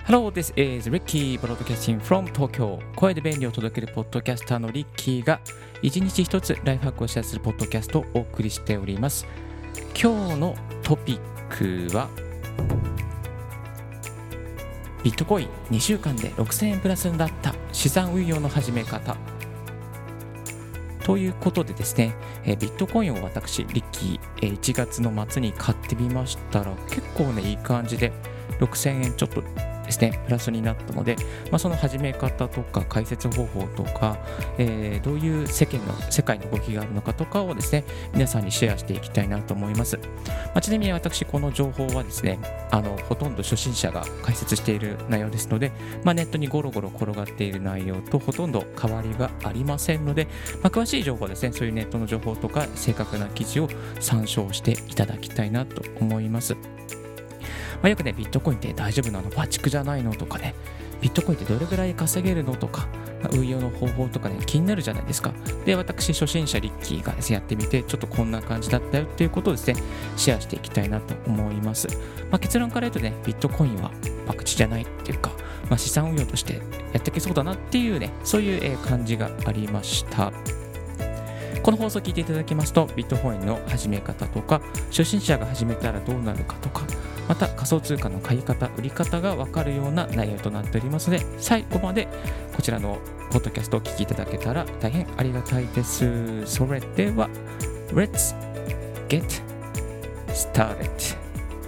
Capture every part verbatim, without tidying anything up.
Hello, this is Ricky Broadcasting from Tokyo. 声で便利を届けるポッドキャスターのリッキーが一日一つライフハックをシェアするポッドキャストをお送りしております。今日のトピックはビットコインにしゅうかんでろくせんえんプラスになった資産運用の始め方ということでですね、えビットコインを私リッキーいちがつの末に買ってみましたら結構ねいい感じでろくせんえんちょっとですねプラスになったので、まあ、その始め方とか解説方法とか、えー、どういう世間の世界の動きがあるのかとかをですね皆さんにシェアしていきたいなと思います。まあ、ちなみに私この情報はですねあのほとんど初心者が解説している内容ですので、まあ、ネットにゴロゴロ転がっている内容とほとんど変わりがありませんので、まあ、詳しい情報はですねそういうネットの情報とか正確な記事を参照していただきたいなと思います。まあ、よくねビットコインって大丈夫なの、バチクじゃないのとかね、ビットコインってどれぐらい稼げるのとか、まあ、運用の方法とかね気になるじゃないですか。で私初心者リッキーがですねやってみてちょっとこんな感じだったよっていうことをですねシェアしていきたいなと思います。まあ、結論から言うとねビットコインはバクチじゃないっていうか、まあ、資産運用としてやっていけそうだなっていうねそういう感じがありました。この放送を聞いていただきますとビットコインの始め方とか初心者が始めたらどうなるかとか、また仮想通貨の買い方売り方が分かるような内容となっておりますので最後までこちらのポッドキャストをお聞きいただけたら大変ありがたいです。それでは Let's get started。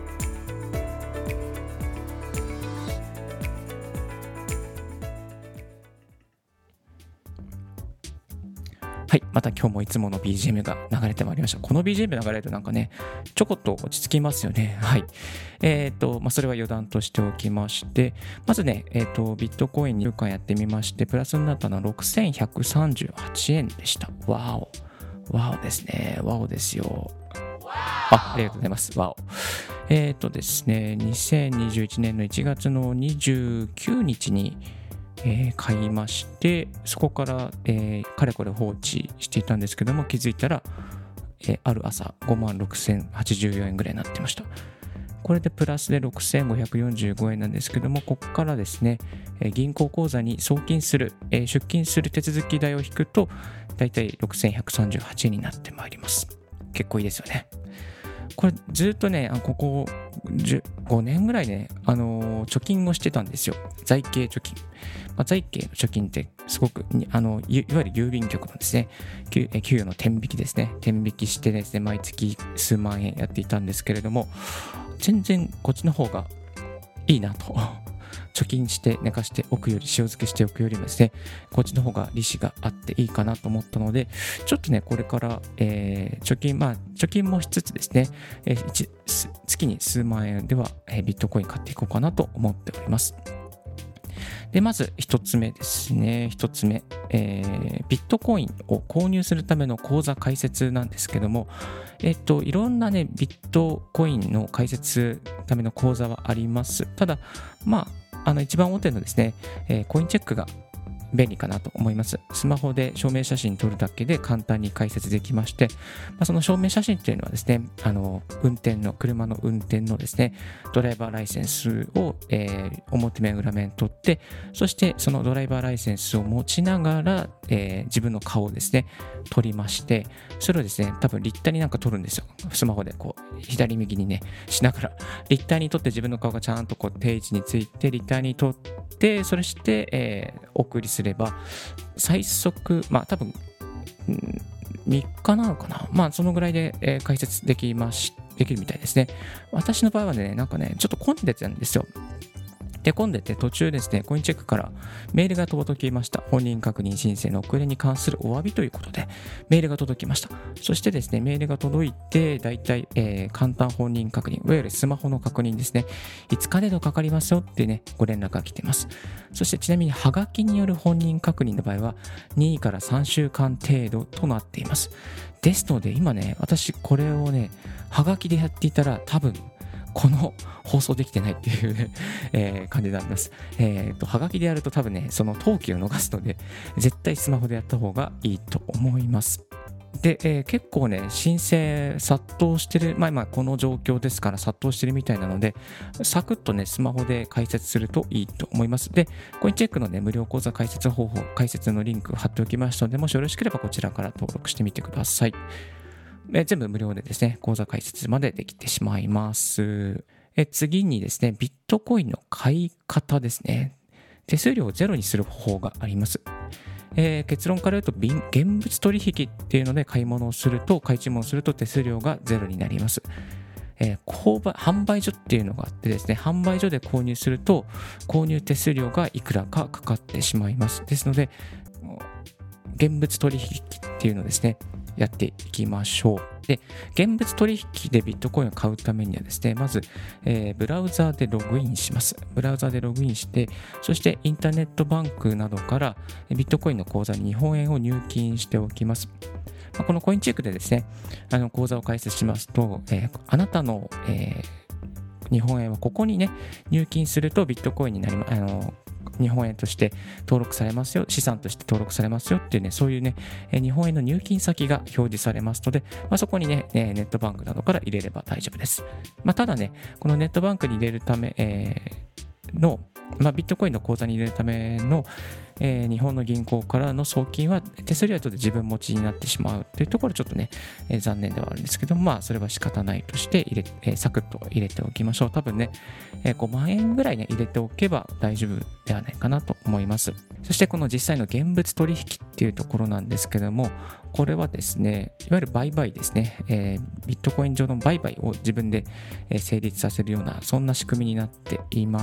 はい、また今日もいつもの ビージーエム が流れてまいりました。この ビージーエム 流れるとなんかね、ちょこっと落ち着きますよね。はい。えっと、まあ、それは余談としておきまして、まずね、えっと、ビットコインにしゅうかんやってみまして、プラスになったのはろくせんひゃくさんじゅうはちえんでした。わお。わおですね。わおですよ。あ、ありがとうございます。わお。えっとですね、にせんにじゅういちねんのいちがつのにじゅうくにちにえー、買いまして、そこから、えー、かれこれ放置していたんですけども気づいたら、えー、ある朝ごまんろくせんはちじゅうよえんぐらいになってました。これでプラスでろくせんごひゃくよんじゅうごえんなんですけども、ここからですね、えー、銀行口座に送金する、えー、出金する手続き代を引くとだいたいろくせんひゃくさんじゅうはちえんになってまいります。結構いいですよね。これずっとね、あここごねんぐらいね、あのー、貯金をしてたんですよ。財形貯金。まあ、財形の貯金ってすごくあの い, いわゆる郵便局のですね、給与の天引きですね、天引きしてですね、毎月数万円やっていたんですけれども、全然こっちの方がいいなと。貯金して寝かしておくより、塩漬けしておくよりもですね、こっちの方が利子があっていいかなと思ったので、ちょっとね、これから、えー、貯金、まあ、貯金もしつつですね、えー、月に数万円では、えー、ビットコイン買っていこうかなと思っております。で、まず一つ目ですね。一つ目、えー、ビットコインを購入するための口座開設なんですけども、えっと、いろんなね、ビットコインの開設のための口座はあります。ただ、まあ、あの一番大手のですね、えー、コインチェックが便利かなと思います。スマホで証明写真撮るだけで簡単に解説できまして、まあ、その証明写真っていうのはですね、あの運転の車の運転のですねドライバーライセンスを、えー、表面裏面取って、そしてそのドライバーライセンスを持ちながら、えー、自分の顔をですね撮りまして、それをですね多分立体になんか撮るんですよ。スマホでこう左右にねしながら立体に撮って自分の顔がちゃんとこう定位置について立体に撮って、それして、えー、お送りすれば最速、まあ多分みっかなのかな、まあそのぐらいで、えー、解説できましできるみたいですね。私の場合はねなんかねちょっと混んでたんですよ。で混んでて途中ですねコインチェックからメールが届きました。本人確認申請の遅れに関するお詫びということでメールが届きました。そしてですねメールが届いてだいたい、えー、簡単本人確認、いわゆるスマホの確認ですね、いつか程度かかりますよってねご連絡が来ています。そしてちなみにハガキによる本人確認の場合はにからさんしゅうかん程度となっています。ですので今ね私これをねハガキでやっていたら多分この放送できてないっていう、ねえー、感じになります。えーと、はがきでやると多分ね、その登記を逃すので、絶対スマホでやった方がいいと思います。 で、えー結構ね、申請殺到してる、まあ今この状況ですから殺到してるみたいなので、サクッとね、スマホで解説するといいと思います。で、コインチェックのね、無料講座解説方法、解説のリンク貼っておきましたので、もしよろしければこちらから登録してみてください。えー全部無料でですね、講座解説までできてしまいます。えー次にですね、ビットコインの買い方ですね。手数料をゼロにする方法があります。えー結論から言うと、びん現物取引っていうので買い物をすると、買い注文すると手数料がゼロになります。えー購買販売所っていうのがあってですね、販売所で購入すると、購入手数料がいくらかかかってしまいます。ですので、現物取引っていうのをですね、やっていきましょう。で、現物取引でビットコインを買うためにはですね、まず、えーブラウザーでログインします。ブラウザーでログインして、そしてインターネットバンクなどからえービットコインの口座に日本円を入金しておきます。まあこのコインチェックでですね、あの口座を開設しますと、えーあなたの、えー日本円はここにね、入金するとビットコインになりま、あの日本円として登録されますよ、資産として登録されますよっていうね、そういうね、えー日本円の入金先が表示されますので、まあ、そこにね、えーネットバンクなどから入れれば大丈夫です。まあ、ただね、このネットバンクに入れるため、えーの、まあ、ビットコインの口座に入れるための、えー日本の銀行からの送金は手数料とで自分持ちになってしまうというところちょっとね、えー残念ではあるんですけど、まあそれは仕方ないとして入れ、えーサクッと入れておきましょう。多分ね、えーごまん円ぐらいね入れておけば大丈夫ではないかなと思います。そしてこの実際の現物取引っていうところなんですけども、これはですね、いわゆる売買ですね、えービットコイン上の売買を自分でえー成立させるような、そんな仕組みになっています。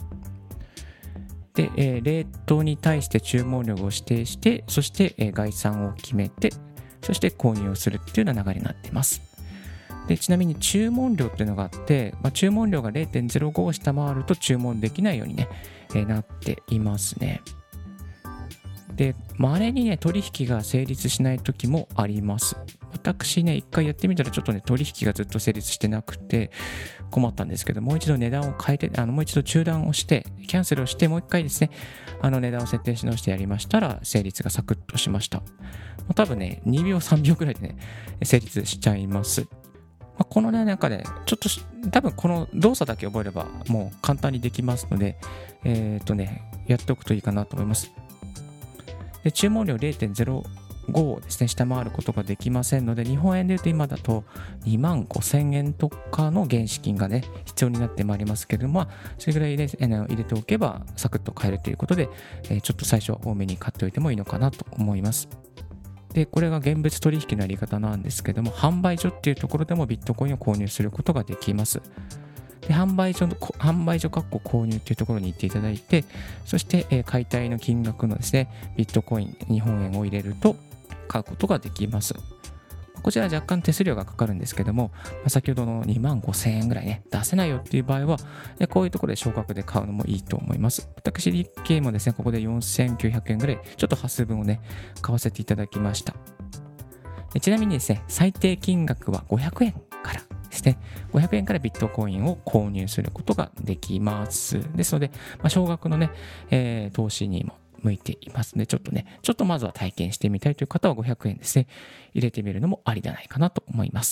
で、えーレートに対して注文量を指定して、そして、えー概算を決めて、そして購入をするっていうような流れになっています。で、ちなみに注文量っていうのがあって、まあ、注文量が れいてんゼロご を下回ると注文できないようにね、えーなっていますね。で、稀にね、取引が成立しない時もあります。私ね、一回やってみたらちょっとね、取引がずっと成立してなくて困ったんですけど、もう一度値段を変えて、あのもう一度中断をして、キャンセルをして、もう一回ですね、あの値段を設定し直してやりましたら、成立がサクッとしました。多分ね、にびょう、さんびょうくらいでね、成立しちゃいます。まあこのね、なんかね、ちょっとし多分この動作だけ覚えればもう簡単にできますので、えっとね、やっておくといいかなと思います。で、注文量 れいてんゼロご をですね、下回ることができませんので、日本円で言うと今だとにまんごせんえんとかの原資金がね、必要になってまいりますけれども、まあ、それぐらい入れあの入れておけばサクッと買えるということで、えーちょっと最初は多めに買っておいてもいいのかなと思います。で、これが現物取引のやり方なんですけども、販売所っていうところでもビットコインを購入することができます。で、販売所の、こ販売所括弧購入っていうところに行っていただいて、そして、えー買いたいの金額のですね、ビットコイン、日本円を入れると買うことができます。こちら若干手数料がかかるんですけども、まあ先ほどのにまんごせんえんぐらいね、出せないよっていう場合は、えこういうところで少額で買うのもいいと思います。私、日経もですね、ここでよんせんきゅうひゃくえんぐらい、ちょっと端数分をね、買わせていただきました。でちなみにですね、最低金額はごひゃくえんからですね、ごひゃくえんからビットコインを購入することができます。ですので、まあ、少額のね、えー投資にも向いていますので、ちょっとね、ちょっとまずは体験してみたいという方はごひゃくえんですね、入れてみるのもありじゃないかなと思います。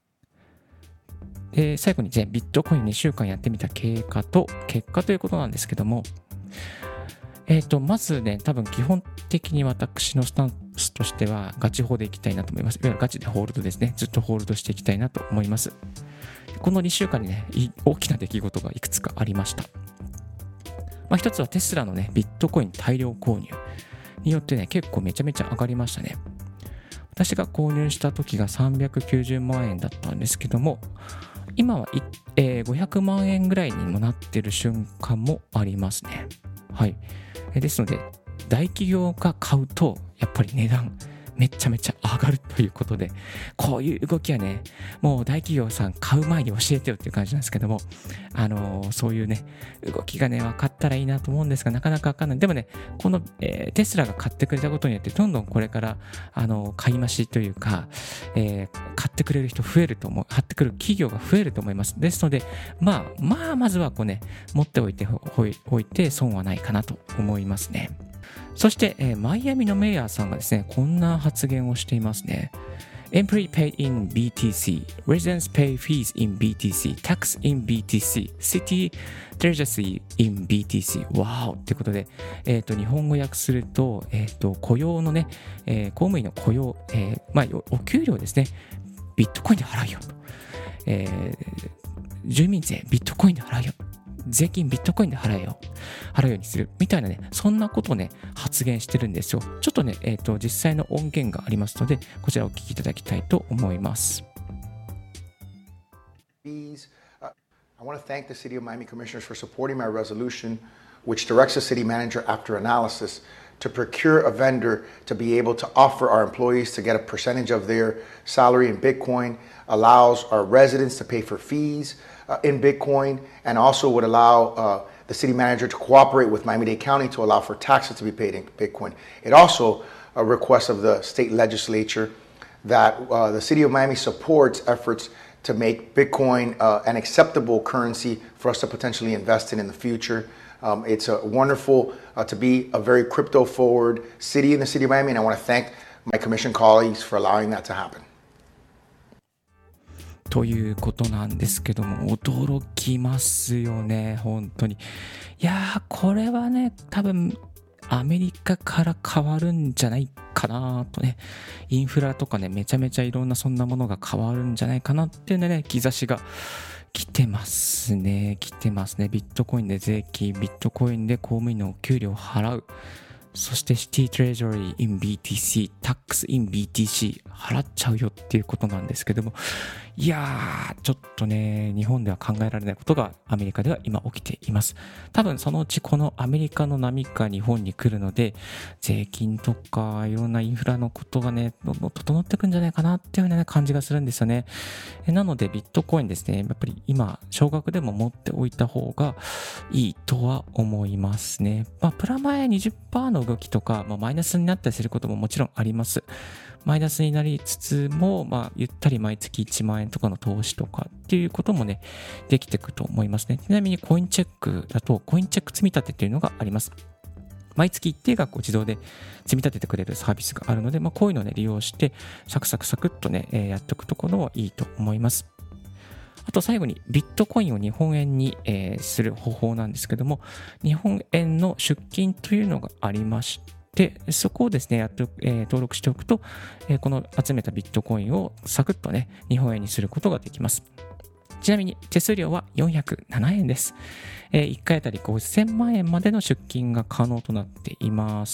で最後にね、ビットコインにしゅうかんやってみた経過と結果ということなんですけども、えっと、まずね、多分基本的に私のスタンスとしてはガチ法でいきたいなと思います。いわゆるガチでホールドですね。ずっとホールドしていきたいなと思います。このにしゅうかんにね、大きな出来事がいくつかありました。まあ、一つはテスラのね、ビットコイン大量購入によってね、結構めちゃめちゃ上がりましたね。私が購入した時がさんびゃくきゅうじゅうまんえんだったんですけども、今は、えーごひゃくまんえんぐらいにもなってる瞬間もありますね。はい。ですので、大企業が買うと、やっぱり値段、めちゃめちゃ上がるということで、こういう動きはね、もう大企業さん買う前に教えてよっていう感じなんですけども、あのーそういうね、動きがね、分かったらいいなと思うんですが、なかなか分かんない。でもね、この、えーテスラが買ってくれたことによって、どんどんこれから、あのー買い増しというか、えー買ってくれる人増えると思う、買ってくる企業が増えると思います。ですので、まあ、まあ、まずはこうね、持っておいてほいおいて損はないかなと思いますね。 そして、えーマイアミのメイヤーさんがですね、こんな発言をしていますね。Employee paid in ビーティーシー, residents pay fees in ビーティーシー, tax in ビーティーシー, city treasury in ビーティーシー。わーってことで、えっ、と、日本語訳すると、えっ、と、雇用のね、えー公務員の雇用、えーまあ、お給料ですね、ビットコインで払うよと。えー住民税ビットコインで払うよ。税金ビットコインで払えよ。払うようにする。みたいなね、そんなことをね、発言してるんですよ。ちょっとね、えっと、実際の音源がありますので、こちらをお聞きいただきたいと思います。 Fees. Uh, I want to thank the City of Miami Commissioners for supporting my resolution, which directs the city manager after analysis to procure a vendor to be able to offer our employees to get a percentage of their salary in Bitcoin, allows our residents to pay for fees uh, in Bitcoin, and also would allow uh, the city manager to cooperate with Miami-Dade County to allow for taxes to be paid in Bitcoin. It also uh, requests of the state legislature that uh, the city of Miami supports efforts to make Bitcoin uh, an acceptable currency for us to potentially invest in in the future. Um, it's a wonderful uh, to be a very crypto-forward city in the city of Miami, and I want to thank my commission colleagues for allowing that to happen. ということなんですけども、驚きますよね、本当に。いやー、これはね、多分、アメリカから変わるんじゃないかなとね、インフラとかね、めちゃめちゃいろんなそんなものが変わるんじゃないかなっていうね、兆しが来てますね、来てますね。ビットコインで税金、ビットコインで公務員のお給料を払う。そしてシティトレジョリー in ビーティーシー、タックス in ビーティーシー 払っちゃうよっていうことなんですけども、いやー、ちょっとね、日本では考えられないことがアメリカでは今起きています。多分そのうちこのアメリカの波が日本に来るので、税金とかいろんなインフラのことがね、どんどん整っていくんじゃないかなっていうような、ね、感じがするんですよね。なのでビットコインですね、やっぱり今、少額でも持っておいた方がいいとは思いますね。まあ、プラマイ にじゅっパーセント の動きとか、まあ、マイナスになったりすることももちろんあります。マイナスになりつつも、まあ、ゆったり毎月いちまんえんとかの投資とかっていうこともね、できていくと思いますね。ちなみにコインチェックだと、コインチェック積み立てっていうのがあります。毎月一定額を自動で積み立ててくれるサービスがあるので、まあ、こういうのをね、利用して、サクサクサクっとね、えー、やっておくところはいいと思います。あと最後にビットコインを日本円に、えー、する方法なんですけども、日本円の出金というのがありまして、そこをですね、やって、えー、登録しておくと、えー、この集めたビットコインをサクッとね、日本円にすることができます。ちなみに手数料はよんひゃくななえんです。えー、いっかいあたりごせんまんえんまでの出金が可能となっています。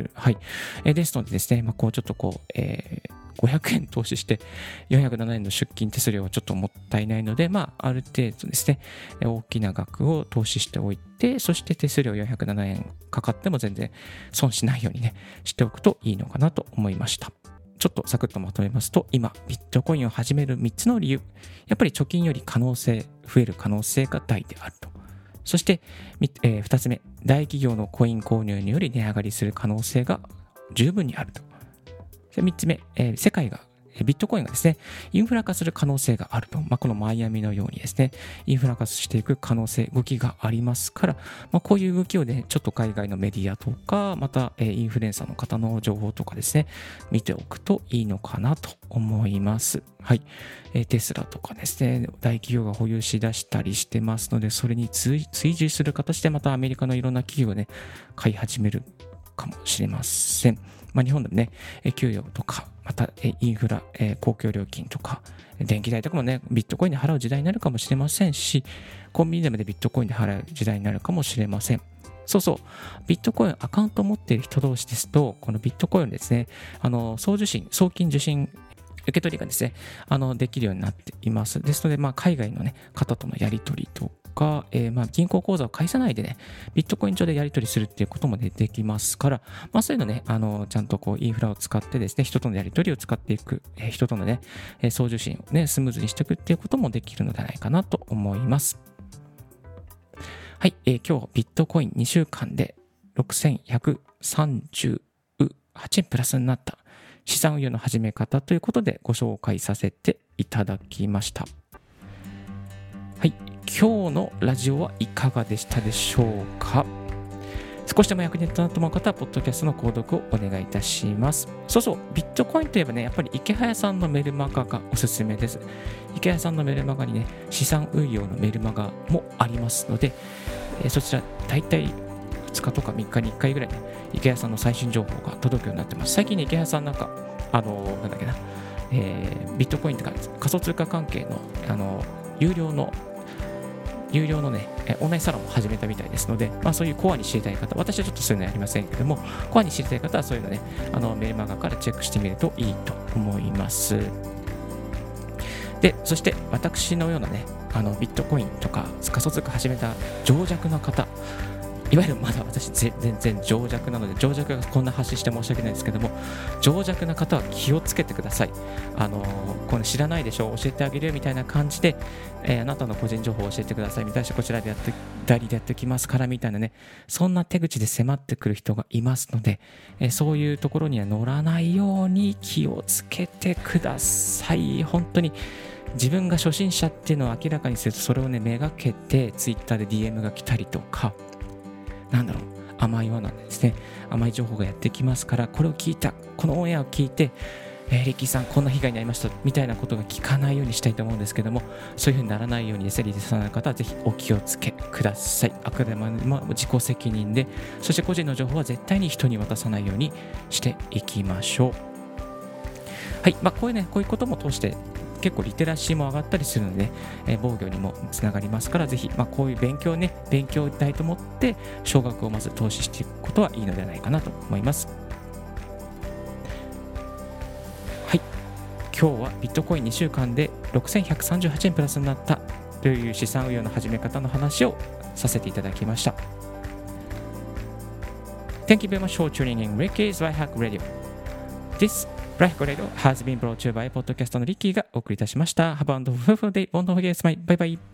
はい。えー、ですのでですね、まあ、こうちょっとこう、えーごひゃくえん投資してよんひゃくななえんの出金手数料はちょっともったいないので、まあ、ある程度ですね、大きな額を投資しておいて、そして手数料よんひゃくななえんかかっても全然損しないようにね、しておくといいのかなと思いました。ちょっとサクッとまとめますと、今、ビットコインを始めるみっつの理由。やっぱり貯金より可能性、増える可能性が大であると。そして、えー、ふたつめ、大企業のコイン購入により値上がりする可能性が十分にあると。みっつめ、えー、世界が、ビットコインがですね、インフラ化する可能性があると。まあ、このマイアミのようにですね、インフラ化していく可能性、動きがありますから、まあ、こういう動きをね、ちょっと海外のメディアとか、また、えー、インフルエンサーの方の情報とかですね、見ておくといいのかなと思います。はい。えー、テスラとかですね、大企業が保有しだしたりしてますので、それに追随する形でまたアメリカのいろんな企業をね、買い始めるかもしれません。まあ、日本でもね、給与とか、またインフラ、公共料金とか、電気代とかもね、ビットコインで払う時代になるかもしれませんし、コンビニでもね、ビットコインで払う時代になるかもしれません。そうそう、ビットコインアカウントを持っている人同士ですと、このビットコインですね、あの送受信、送金受信、受け取りがですね、あのできるようになっています。ですので、まあ、海外の、ね、方とのやり取りとか、えー、まあ銀行口座を介さないでね、ビットコイン上でやり取りするっていうことも、ね、できますから、まあ、そういうのね、あのちゃんとこうインフラを使ってですね、人とのやり取りを使っていく、えー、人とのね、送受信をね、スムーズにしていくっていうこともできるのではないかなと思います。はい、えー、今日ビットコインにしゅうかんでろくせんひゃくさんじゅうはちえんプラスになった資産運用の始め方ということでご紹介させていただきました。はい、今日のラジオはいかがでしたでしょうか。 少しでも役に立ったなと思う方は、ポッドキャストの購読をお願いいたします。そうそう、ビットコインといえばね、やっぱり池早さんのメルマガがおすすめです。池早さんのメルマガにね、資産運用のメルマガもありますので、えー、そちら、だいたいふつかとかみっかにいっかいぐらいね、池早さんの最新情報が届くようになってます。最近ね、池早さんなんか、あのー、なんだっけな、えー、ビットコインとか仮想通貨関係の、あのー、有料の有料のね、オンラインサロンを始めたみたいですので、まあ、そういうコアに知りたい方、私はちょっとそういうのやりませんけども、コアに知りたい方はそういうのね、あのメルマガからチェックしてみるといいと思います。で、そして私のようなね、あのビットコインとか仮想通貨始めた情弱な方、いわゆるまだ私全然情弱なので、情弱がこんな発信して申し訳ないですけども、情弱な方は気をつけてください。あのこの知らないでしょ、教えてあげるよみたいな感じで、えー、あなたの個人情報を教えてくださいみたいな、こちらでやって代理でやってきますからみたいなね、そんな手口で迫ってくる人がいますので、えー、そういうところには乗らないように気をつけてください。本当に自分が初心者っていうのを明らかにすると、それをねめがけてツイッターで ディーエム が来たりとか、なんだろう、甘い罠ですね、甘い情報がやってきますから、これを聞いた、このオンエアを聞いて、えー、リッキーさんこんな被害に遭いましたみたいなことが聞かないようにしたいと思うんですけども、そういうふうにならないようにですね、リスナーの方はぜひお気をつけください。あくまでも自己責任で、そして個人の情報は絶対に人に渡さないようにしていきましょう。はい、まあこういうね、こういうことも通して結構リテラシーも上がったりするので、ね、えー、防御にもつながりますから、ぜひ、まあ、こういう勉強ね、勉強代と思って少額をまず投資していくことはいいのではないかなと思います。はい、今日はビットコインにしゅうかんでろくせんひゃくさんじゅうはちえんプラスになったという資産運用の始め方の話をさせていただきました。Thank you very much for tuning in Ricky's Lifehack Radio。Thisライフコレード has been brought to you by ポッドキャストのリッキーがお送りいたしました。Have a wonderful day. Don't forget to smile. Bye bye.